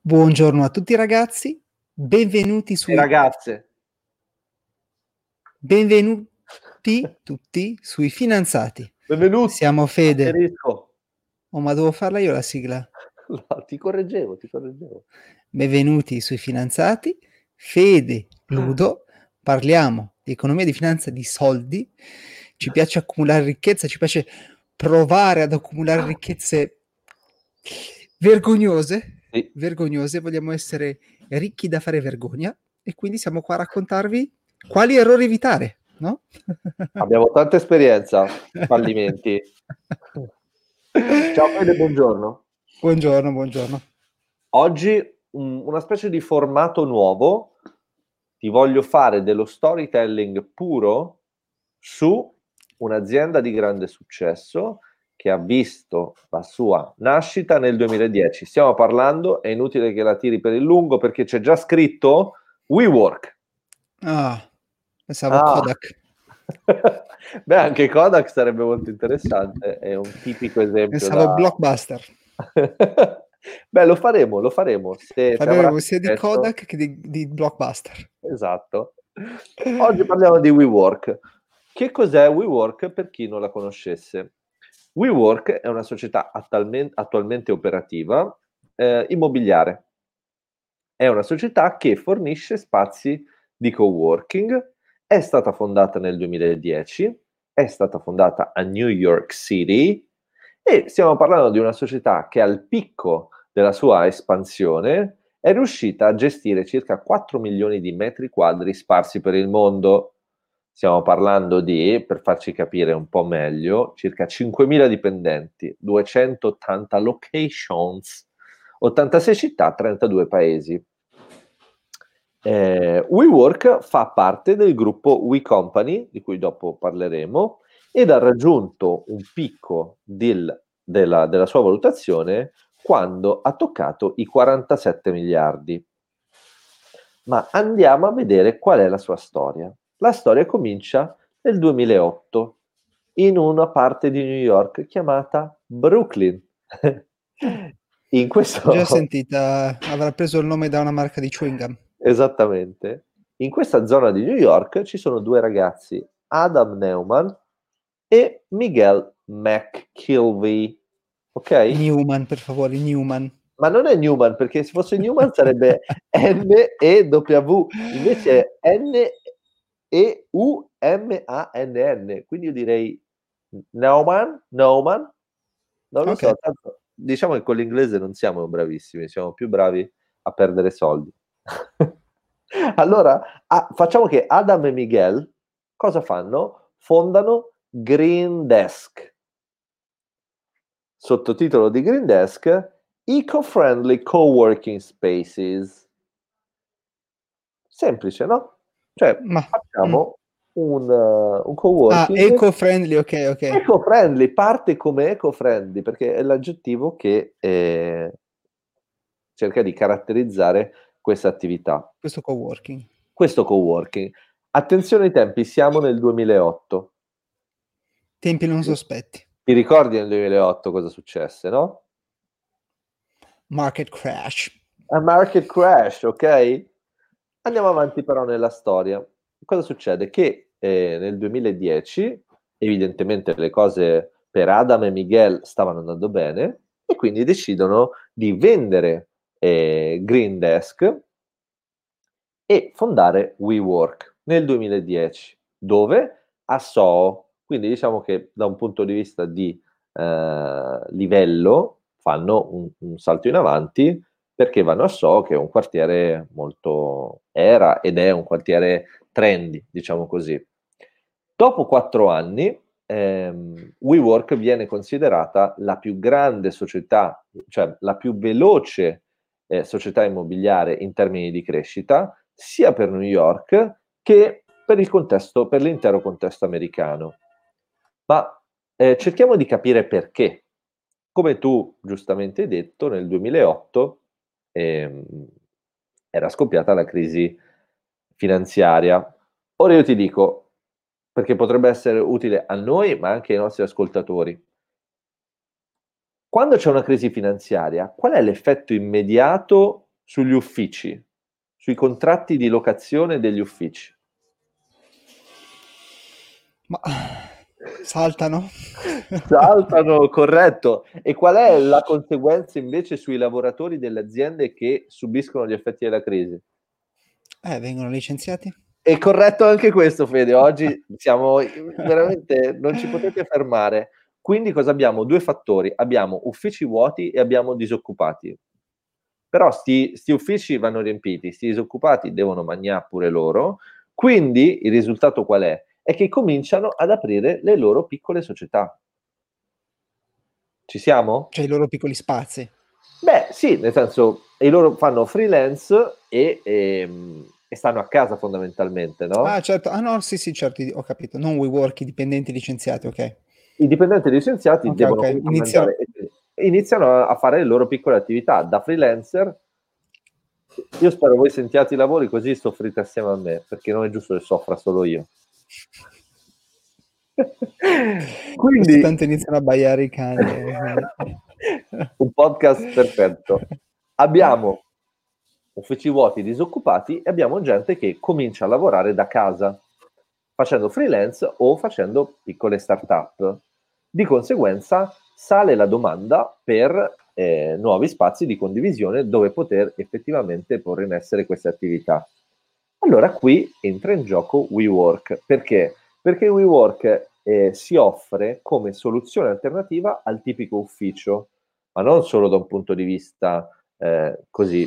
Buongiorno a tutti ragazzi, benvenuti E ragazze. benvenuti tutti sui Finanzati. Benvenuti. Siamo Fede. Asterisco. Oh, ma devo farla io la sigla? No, ti correggevo. Benvenuti sui Finanzati, Fede, Ludo, parliamo di economia, di finanza, di soldi, ci piace accumulare ricchezza, ci piace provare ad accumulare ricchezze vergognose, Sì. vogliamo essere ricchi da fare vergogna e quindi siamo qua a raccontarvi quali errori evitare, no? Abbiamo tanta esperienza, fallimenti. Ciao Fede, buongiorno. Buongiorno. Oggi una specie di formato nuovo. Ti voglio fare dello storytelling puro su un'azienda di grande successo che ha visto la sua nascita nel 2010. Stiamo parlando, è inutile che la tiri per il lungo perché c'è già scritto WeWork. Pensavo Kodak. Beh, anche Kodak sarebbe molto interessante, è un tipico esempio Pensavo da... Blockbuster. Beh, lo faremo, se avrà Parleremo sia di successo. Kodak che di Blockbuster. Esatto. Oggi parliamo di WeWork. Che cos'è WeWork per chi non la conoscesse? WeWork è una società attualmente operativa immobiliare. È una società che fornisce spazi di coworking, è stata fondata nel 2010, è stata fondata a New York City e stiamo parlando di una società che al picco della sua espansione è riuscita a gestire circa 4 milioni di metri quadri sparsi per il mondo. Stiamo parlando di, per farci capire un po' meglio, circa 5.000 dipendenti, 280 locations, 86 città, 32 paesi. WeWork fa parte del gruppo We Company, di cui dopo parleremo, ed ha raggiunto un picco della sua valutazione quando ha toccato i 47 miliardi. Ma andiamo a vedere qual è la sua storia. La storia comincia nel 2008 in una parte di New York chiamata Brooklyn. In questo... Già sentita, avrà preso il nome da una marca di chewing gum. Esattamente. In questa zona di New York ci sono due ragazzi, Adam Neumann e Miguel McKelvey. Ok? Newman, per favore, Newman. Ma non è Newman, perché se fosse Newman sarebbe N-E-W, invece è N-E-U-M-A-N-N, quindi io direi Neumann, non lo Ok. so, tanto diciamo che con l'inglese non siamo bravissimi, siamo più bravi a perdere soldi. Allora, facciamo che Adam e Miguel cosa fanno? Fondano Green Desk. Sottotitolo di Green Desk: Eco-friendly coworking spaces. Semplice, no? Cioè, facciamo un coworking eco-friendly, ok. eco-friendly, parte come eco-friendly, perché è l'aggettivo che cerca di caratterizzare questa attività. Questo coworking. Questo coworking. Attenzione ai tempi, siamo nel 2008. Tempi non sospetti. Ti ricordi nel 2008 cosa successe, no? Market crash. A market crash, ok? Andiamo avanti però nella storia. Cosa succede? Che nel 2010 evidentemente le cose per Adam e Miguel stavano andando bene e quindi decidono di vendere Green Desk e fondare WeWork nel 2010. Dove? A Soho. Quindi diciamo che da un punto di vista di livello fanno un salto in avanti perché vanno a Soho, che è un quartiere molto... era ed è un quartiere trendy, diciamo così. Dopo 4 anni WeWork viene considerata la più grande società, cioè la più veloce società immobiliare in termini di crescita, sia per New York che per l'intero contesto americano. Ma cerchiamo di capire perché. Come tu giustamente hai detto, nel 2008 era scoppiata la crisi finanziaria. Ora io ti dico, perché potrebbe essere utile a noi, ma anche ai nostri ascoltatori. Quando c'è una crisi finanziaria, qual è l'effetto immediato sugli uffici, sui contratti di locazione degli uffici? Ma saltano? Saltano, corretto. E qual è la conseguenza invece sui lavoratori delle aziende che subiscono gli effetti della crisi? Vengono licenziati? È corretto anche questo, Fede. Oggi siamo veramente, non ci potete fermare. Quindi cosa abbiamo? Due fattori. Abbiamo uffici vuoti e abbiamo disoccupati. Però sti uffici vanno riempiti, sti disoccupati devono mangiare pure loro. Quindi il risultato qual è? È che cominciano ad aprire le loro piccole società. Ci siamo? Cioè i loro piccoli spazi. Beh, sì, nel senso, e loro fanno freelance e stanno a casa fondamentalmente, no? Ah, certo. Ah, no, sì, sì, certo, ho capito. Non WeWork, i dipendenti licenziati, ok. I dipendenti licenziati Ok, devono ok. comunque mangiare e iniziano a fare le loro piccole attività da freelancer. Io spero voi sentiate i lavori così soffrite assieme a me, perché non è giusto che soffra solo io. Questo Quindi tanto iniziano a baiare i cani. un podcast perfetto. Abbiamo uffici vuoti disoccupati e abbiamo gente che comincia a lavorare da casa, facendo freelance o facendo piccole start-up. Di conseguenza sale la domanda per nuovi spazi di condivisione dove poter effettivamente porre in essere queste attività. Allora qui entra in gioco WeWork. Perché? Perché WeWork si offre come soluzione alternativa al tipico ufficio, ma non solo da un punto di vista così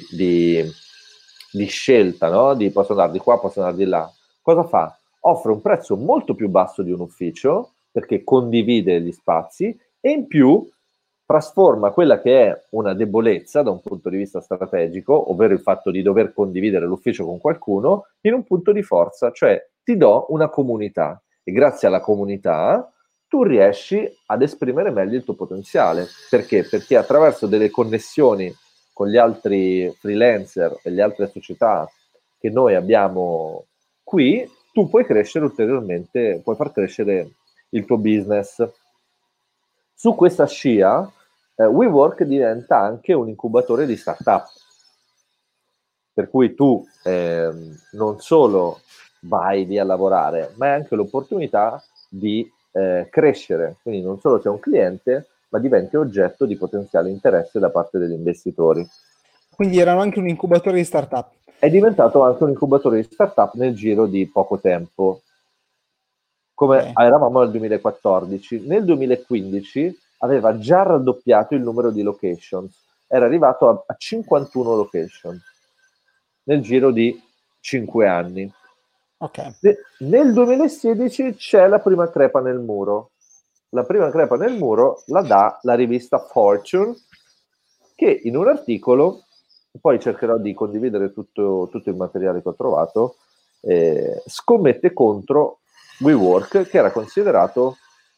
di scelta, no? Di posso andare di qua, posso andare di là. Cosa fa? Offre un prezzo molto più basso di un ufficio perché condivide gli spazi e in più trasforma quella che è una debolezza da un punto di vista strategico, ovvero il fatto di dover condividere l'ufficio con qualcuno, in un punto di forza, cioè ti do una comunità e grazie alla comunità tu riesci ad esprimere meglio il tuo potenziale. Perché? Perché attraverso delle connessioni con gli altri freelancer e le altre società che noi abbiamo qui, tu puoi crescere ulteriormente, puoi far crescere il tuo business. Su questa scia, WeWork diventa anche un incubatore di startup, per cui tu non solo vai lì a lavorare, ma hai anche l'opportunità di crescere, quindi non solo sei un cliente, ma diventi oggetto di potenziale interesse da parte degli investitori. Quindi erano anche un incubatore di startup. È diventato anche un incubatore di startup nel giro di poco tempo. Come Ok. eravamo nel 2014, nel 2015 aveva già raddoppiato il numero di locations, era arrivato a 51 location nel giro di 5 anni. Ok. Nel 2016 c'è la prima crepa nel muro. La prima crepa nel muro la dà la rivista Fortune, che in un articolo, poi cercherò di condividere tutto il materiale che ho trovato, scommette contro WeWork, che era considerata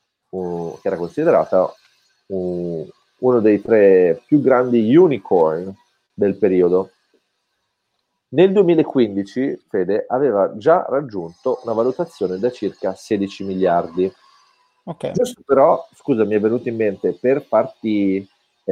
uno dei 3 più grandi unicorn del periodo. Nel 2015, Fede, aveva già raggiunto una valutazione da circa 16 miliardi. Ok. Giusto però, scusa, mi è venuto in mente, per farti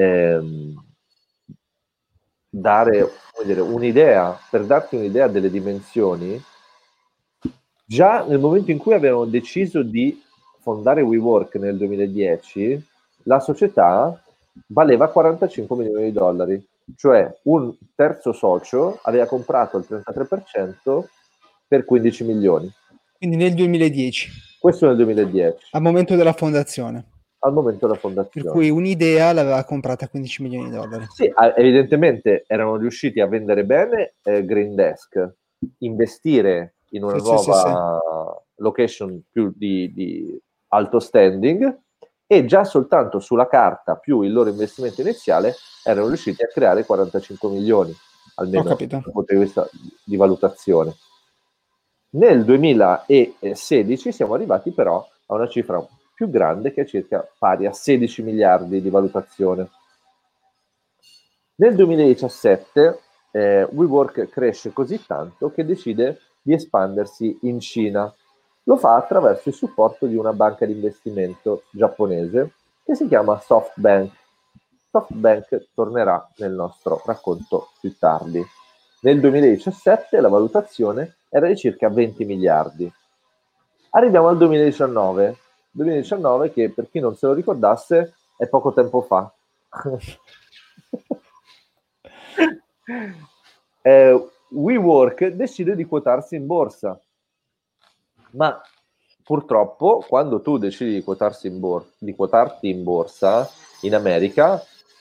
dare, come dire, un'idea, per darti un'idea delle dimensioni, già nel momento in cui avevano deciso di fondare WeWork nel 2010, la società valeva 45 milioni di dollari, cioè un terzo socio aveva comprato il 33% per 15 milioni. Quindi nel 2010, Questo nel 2010, al momento della fondazione. al momento della Per fondazione. cui un'idea l'aveva comprata a 15 milioni di dollari. Sì, evidentemente erano riusciti a vendere bene Green Desk, investire in una Sì, sì, sì, sì. nuova location più di alto standing e già soltanto sulla carta più il loro investimento iniziale erano riusciti a creare 45 milioni, Ho almeno capito. dal punto di vista di valutazione. Nel 2016 siamo arrivati però a una cifra più grande che è circa pari a 16 miliardi di valutazione. Nel 2017 WeWork cresce così tanto che decide di espandersi in Cina. Lo fa attraverso il supporto di una banca di investimento giapponese che si chiama SoftBank. SoftBank tornerà nel nostro racconto più tardi. Nel 2017 la valutazione era di circa 20 miliardi. Arriviamo al 2019, 2019 che per chi non se lo ricordasse è poco tempo fa. WeWork decide di quotarsi in borsa, ma purtroppo quando tu decidi di quotarti in borsa in America,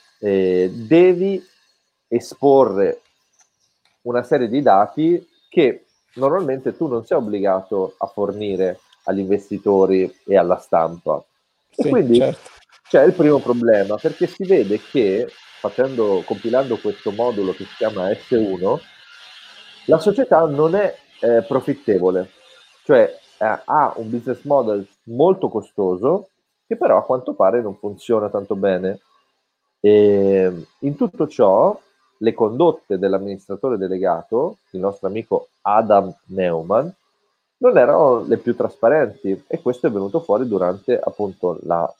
devi esporre una serie di dati che normalmente tu non sei obbligato a fornire agli investitori e alla stampa. E Sì, quindi certo. c'è il primo problema, perché si vede che compilando questo modulo che si chiama S1, la società non è profittevole, cioè ha un business model molto costoso che però a quanto pare non funziona tanto bene. E in tutto ciò, le condotte dell'amministratore delegato, il nostro amico Adam Neumann, non erano le più trasparenti, e questo è venuto fuori durante appunto la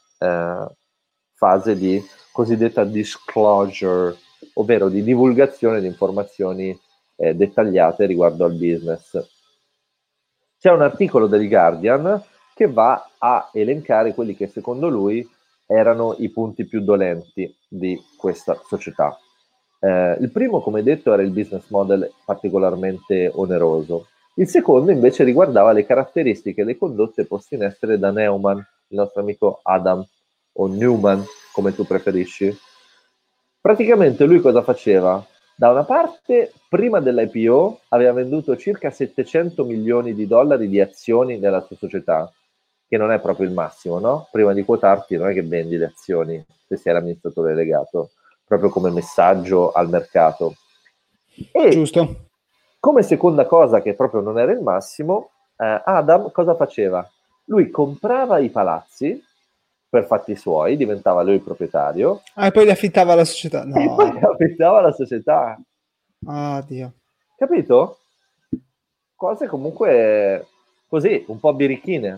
fase di cosiddetta disclosure, ovvero di divulgazione di informazioni dettagliate riguardo al business. C'è un articolo del Guardian che va a elencare quelli che secondo lui erano i punti più dolenti di questa società. Il primo, come detto, era il business model particolarmente oneroso. Il secondo invece riguardava le caratteristiche e le condotte poste in essere da Neumann, il nostro amico Adam, o Newman, come tu preferisci. Praticamente lui cosa faceva? Da una parte, prima dell'IPO, aveva venduto circa 700 milioni di dollari di azioni nella sua società, che non è proprio il massimo, no? Prima di quotarti non è che vendi le azioni se sei l'amministratore delegato, proprio come messaggio al mercato. E Giusto. come seconda cosa, che proprio non era il massimo, Adam cosa faceva? Lui comprava i palazzi per fatti suoi, diventava lui il proprietario, Ah, e poi li affittava la società. e poi No. affittava la società. Ah, Dio. Capito? Cose comunque così, un po' birichine.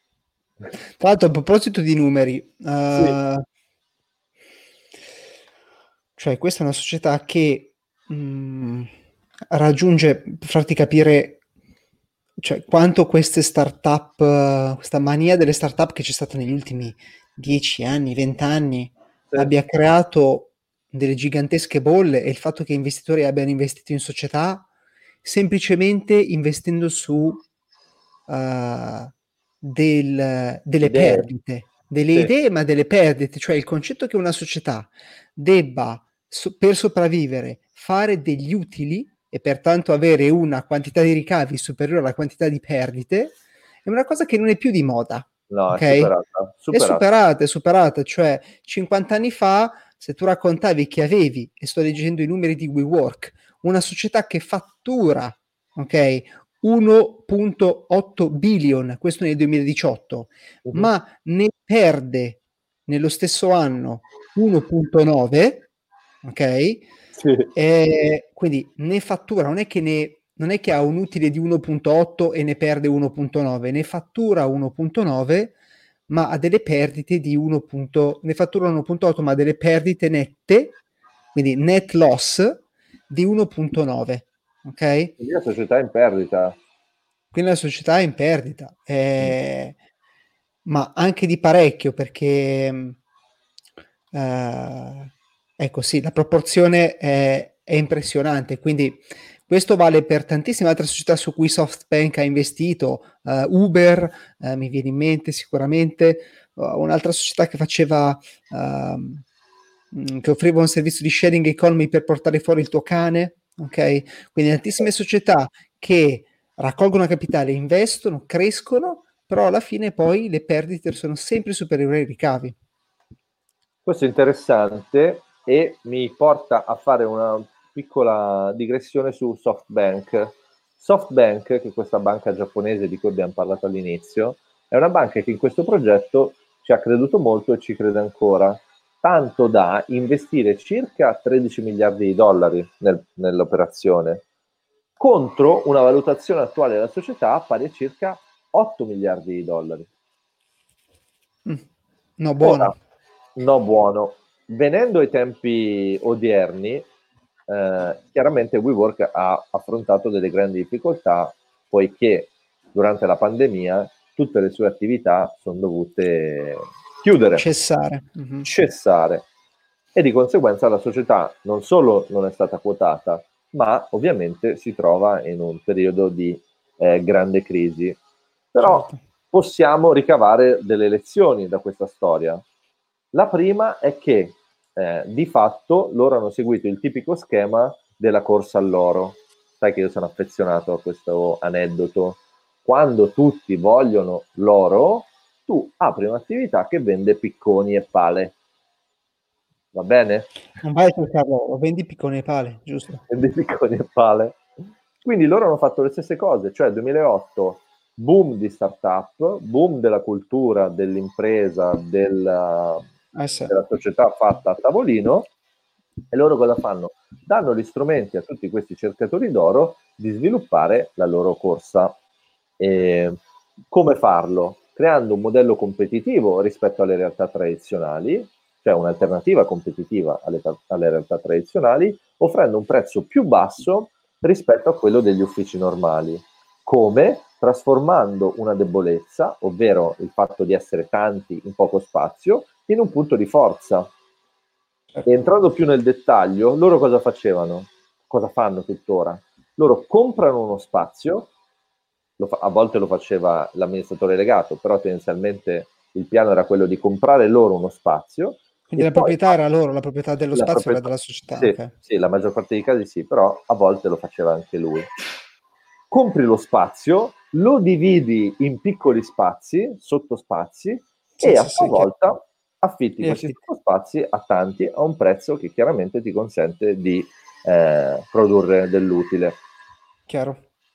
Tra l'altro, a proposito di numeri, Sì. cioè questa è una società che raggiunge, per farti capire, cioè, quanto queste startup, questa mania delle startup che c'è stata negli ultimi 10 anni, 20 anni, Sì. abbia creato delle gigantesche bolle, e il fatto che investitori abbiano investito in società semplicemente investendo su delle Idee. perdite, delle Sì. idee, ma delle perdite, cioè il concetto che una società debba, per sopravvivere, fare degli utili e pertanto avere una quantità di ricavi superiore alla quantità di perdite, è una cosa che non è più di moda. No, Ok? è superata. È superata, cioè 50 anni fa, se tu raccontavi che avevi, e sto leggendo i numeri di WeWork, una società che fattura, ok, 1.8 billion, questo nel 2018, Uh-huh. ma ne perde nello stesso anno 1.9, ok? Sì. Quindi ne fattura, non è che ha un utile di 1.8 e ne perde 1.9, ne fattura 1.9, ma ha delle perdite di 1. Ne fattura 1.8, ma ha delle perdite nette, quindi net loss di 1.9, ok? Quindi la società è in perdita. Quindi la società è in perdita, ma anche di parecchio, perché ecco sì, la proporzione è impressionante. Quindi questo vale per tantissime altre società su cui SoftBank ha investito, Uber, mi viene in mente sicuramente, un'altra società che faceva, che offriva un servizio di sharing economy per portare fuori il tuo cane, ok? Quindi tantissime società che raccolgono capitale, investono, crescono, però alla fine poi le perdite sono sempre superiori ai ricavi. Questo è interessante e mi porta a fare una piccola digressione su SoftBank. SoftBank, che è questa banca giapponese di cui abbiamo parlato all'inizio, è una banca che in questo progetto ci ha creduto molto e ci crede ancora, tanto da investire circa 13 miliardi di dollari nell'operazione, contro una valutazione attuale della società pari a circa 8 miliardi di dollari. No, Ora, buono. no buono. venendo ai tempi odierni, chiaramente WeWork ha affrontato delle grandi difficoltà, poiché durante la pandemia tutte le sue attività sono dovute chiudere, cessare, e di conseguenza la società non solo non è stata quotata, ma ovviamente si trova in un periodo di grande crisi. Però Certo. possiamo ricavare delle lezioni da questa storia. La prima è che di fatto loro hanno seguito il tipico schema della corsa all'oro. Sai che io sono affezionato a questo aneddoto. Quando tutti vogliono l'oro, tu apri un'attività che vende picconi e pale. Va bene? Non vai a cercarlo, lo vendi piccone e pale, giusto? Vende picconi e pale. Quindi loro hanno fatto le stesse cose, cioè 2008, boom di startup, boom della cultura, dell'impresa, della Sì. società fatta a tavolino, e loro cosa fanno? Danno gli strumenti a tutti questi cercatori d'oro di sviluppare la loro corsa. E come farlo? Creando un modello competitivo rispetto alle realtà tradizionali, cioè un'alternativa competitiva alle realtà tradizionali, offrendo un prezzo più basso rispetto a quello degli uffici normali. Come? Trasformando una debolezza, ovvero il fatto di essere tanti in poco spazio, in un punto di forza. E entrando più nel dettaglio, loro cosa facevano? Cosa fanno tuttora? Loro comprano uno spazio, a volte lo faceva l'amministratore delegato, però tendenzialmente il piano era quello di comprare loro uno spazio Quindi e la poi proprietà era loro, la proprietà dello la spazio era proprietà, della società, sì, ok. sì, la maggior parte dei casi sì, però a volte lo faceva anche lui. Compri lo spazio, lo dividi in piccoli spazi, sottospazi, Sì, e a sì, tua sì, chiaro. volta affitti Li questi affitti, sottospazi a tanti a un prezzo che chiaramente ti consente di produrre dell'utile. chiaro.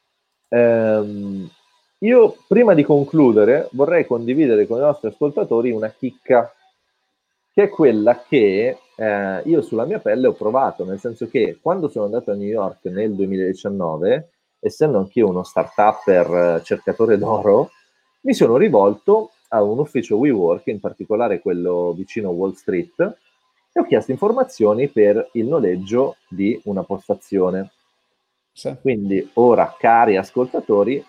Ehm, io prima di concludere vorrei condividere con i nostri ascoltatori una chicca, che è quella che io sulla mia pelle ho provato, nel senso che quando sono andato a New York nel 2019, essendo anch'io uno start-upper cercatore d'oro, mi sono rivolto a un ufficio WeWork, in particolare quello vicino Wall Street, e ho chiesto informazioni per il noleggio di una postazione. Sì. Quindi ora, cari ascoltatori,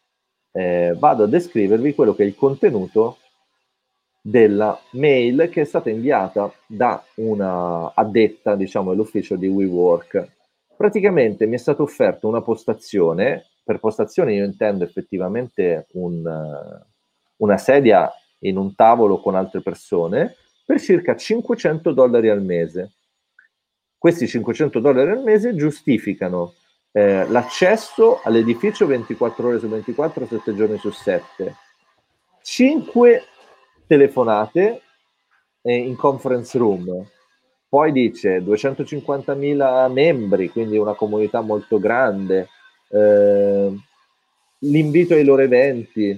vado a descrivervi quello che è il contenuto della mail che è stata inviata da una addetta, diciamo, dell'ufficio di WeWork. Praticamente mi è stata offerta una postazione, per postazione io intendo effettivamente una sedia in un tavolo con altre persone, per circa $500 al mese. Questi $500 al mese giustificano l'accesso all'edificio 24 ore su 24, 7 giorni su 7, 5 telefonate in conference room, poi dice 250.000 membri, quindi una comunità molto grande, l'invito ai loro eventi,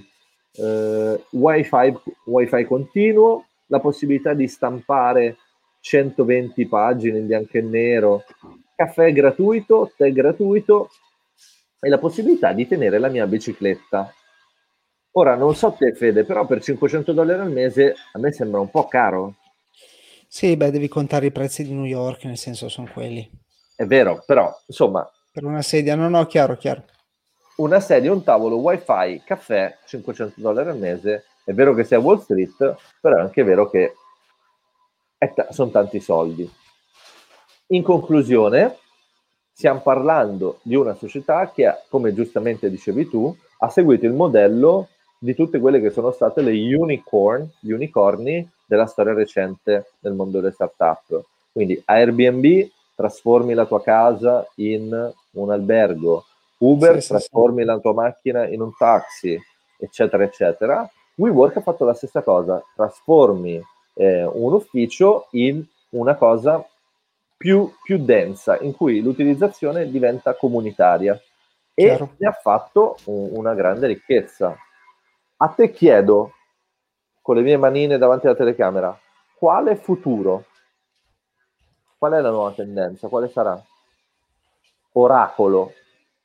wifi continuo, la possibilità di stampare 120 pagine in bianco e nero, caffè gratuito, tè gratuito e la possibilità di tenere la mia bicicletta. Ora, non so te, Fede, però per $500 al mese a me sembra un po' caro. Sì, beh, devi contare i prezzi di New York, nel senso sono quelli. È vero, però, insomma, Per una sedia, no, chiaro, chiaro. una sedia, un tavolo, wifi, caffè, $500 al mese. È vero che sei a Wall Street, però è anche vero che sono tanti soldi. In conclusione, stiamo parlando di una società che, come giustamente dicevi tu, ha seguito il modello di tutte quelle che sono state le gli unicorni della storia recente del mondo delle startup. Quindi Airbnb, trasformi la tua casa in un albergo, Sì, Uber, sì, sì. trasformi la tua macchina in un taxi, eccetera, eccetera. WeWork ha fatto la stessa cosa, trasformi un ufficio in una cosa più densa, in cui l'utilizzazione diventa comunitaria, e Chiaro. ne ha fatto una grande ricchezza. A te chiedo, con le mie manine davanti alla telecamera, quale futuro? Qual è la nuova tendenza? Quale sarà? Oracolo.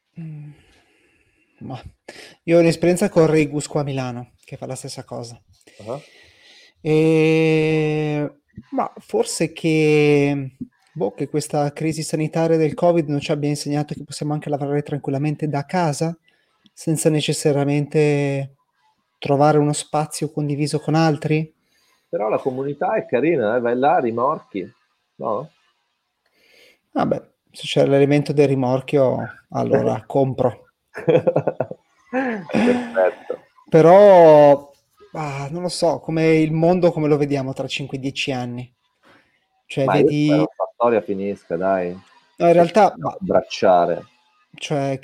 Ma io ho un'esperienza con Regus qua a Milano, che fa la stessa cosa. Uh-huh. E Ma forse che questa crisi sanitaria del Covid non ci abbia insegnato che possiamo anche lavorare tranquillamente da casa, senza necessariamente trovare uno spazio condiviso con altri? Però la comunità è carina, vai là, rimorchi, no? Vabbè, se c'è l'elemento del rimorchio, allora compro. Perfetto. Però, non lo so, come il mondo come lo vediamo tra 5-10 anni? Cioè, Ma io spero vedi, che la storia finisca, dai, no, in che ci realtà, possiamo abbracciare. cioè,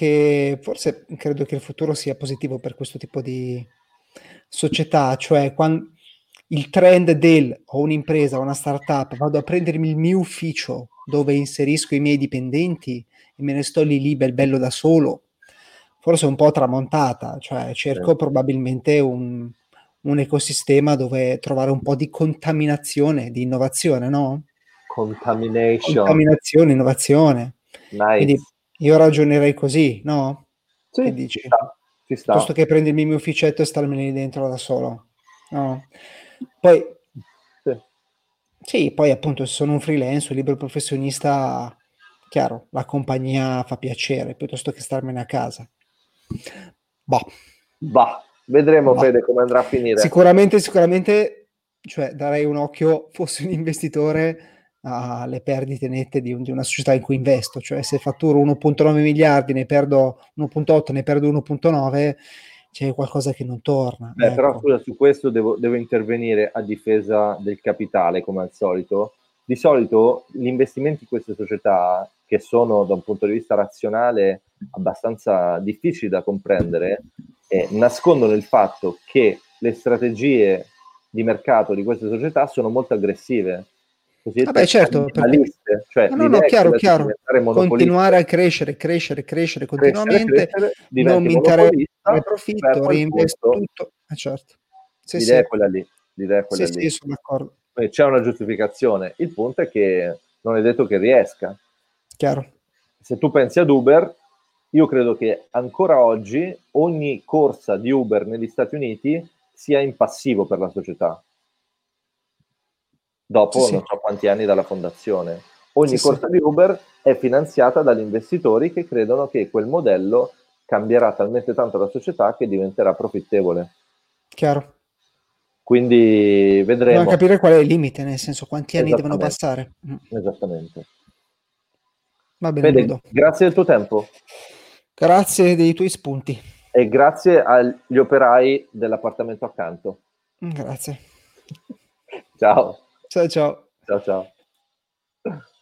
credo che il futuro sia positivo per questo tipo di società, cioè il trend del ho un'impresa, ho una startup, vado a prendermi il mio ufficio dove inserisco i miei dipendenti e me ne sto lì bel bello da solo, forse è un po' tramontata, cioè cerco probabilmente un ecosistema dove trovare un po' di contaminazione, di innovazione, no? Contamination, Contaminazione, innovazione. Quindi nice. io ragionerei così, no? Che Sì, ci dici? sta, ci Piuttosto sta. che prendermi il mio ufficetto e starmene lì dentro da solo, no? Poi Sì. sì, poi appunto se sono un freelance, un libero professionista, chiaro, la compagnia fa piacere piuttosto che starmene a casa. Boh, Bah, vedremo boh. Fede come andrà a finire. Sicuramente, cioè darei un occhio, fossi un investitore, alle perdite nette di una società in cui investo, cioè se fatturo 1.9 miliardi, ne perdo 1.8, ne perdo 1.9, c'è qualcosa che non torna, Beh, però ecco. scusa, su questo devo intervenire a difesa del capitale, come al solito. Di solito gli investimenti in queste società, che sono da un punto di vista razionale abbastanza difficili da comprendere, nascondono il fatto che le strategie di mercato di queste società sono molto aggressive, Vabbè cosiddette certo, perché cannibaliste, cioè no, no, no, l'idea è chiaro, quella di chiaro. diventare monopolista, Continuare a crescere crescere, continuamente, crescere, non diventi mi interessa fare monopolista, e a profitto, quel reinvesto punto tutto. Certo. Sì, l'idea sì. è quella lì, l'idea è Sì, quella lì. sì, son d'accordo. Quindi c'è una giustificazione. Il punto è che non è detto che riesca. Chiaro. Se tu pensi ad Uber, io credo che ancora oggi ogni corsa di Uber negli Stati Uniti sia in passivo per la società, Sì, dopo sì. non so quanti anni dalla fondazione. Sì, Ogni sì. corsa di Uber è finanziata dagli investitori che credono che quel modello cambierà talmente tanto la società che diventerà profittevole. Chiaro. Quindi Bisogna vedremo. capire qual è il limite, nel senso quanti anni devono Esattamente, passare. esattamente. Va bene Fede, Ludo. grazie del tuo tempo Grazie dei tuoi spunti. e grazie agli operai dell'appartamento accanto. Grazie. Ciao, Ciao, ciao. ciao ciao.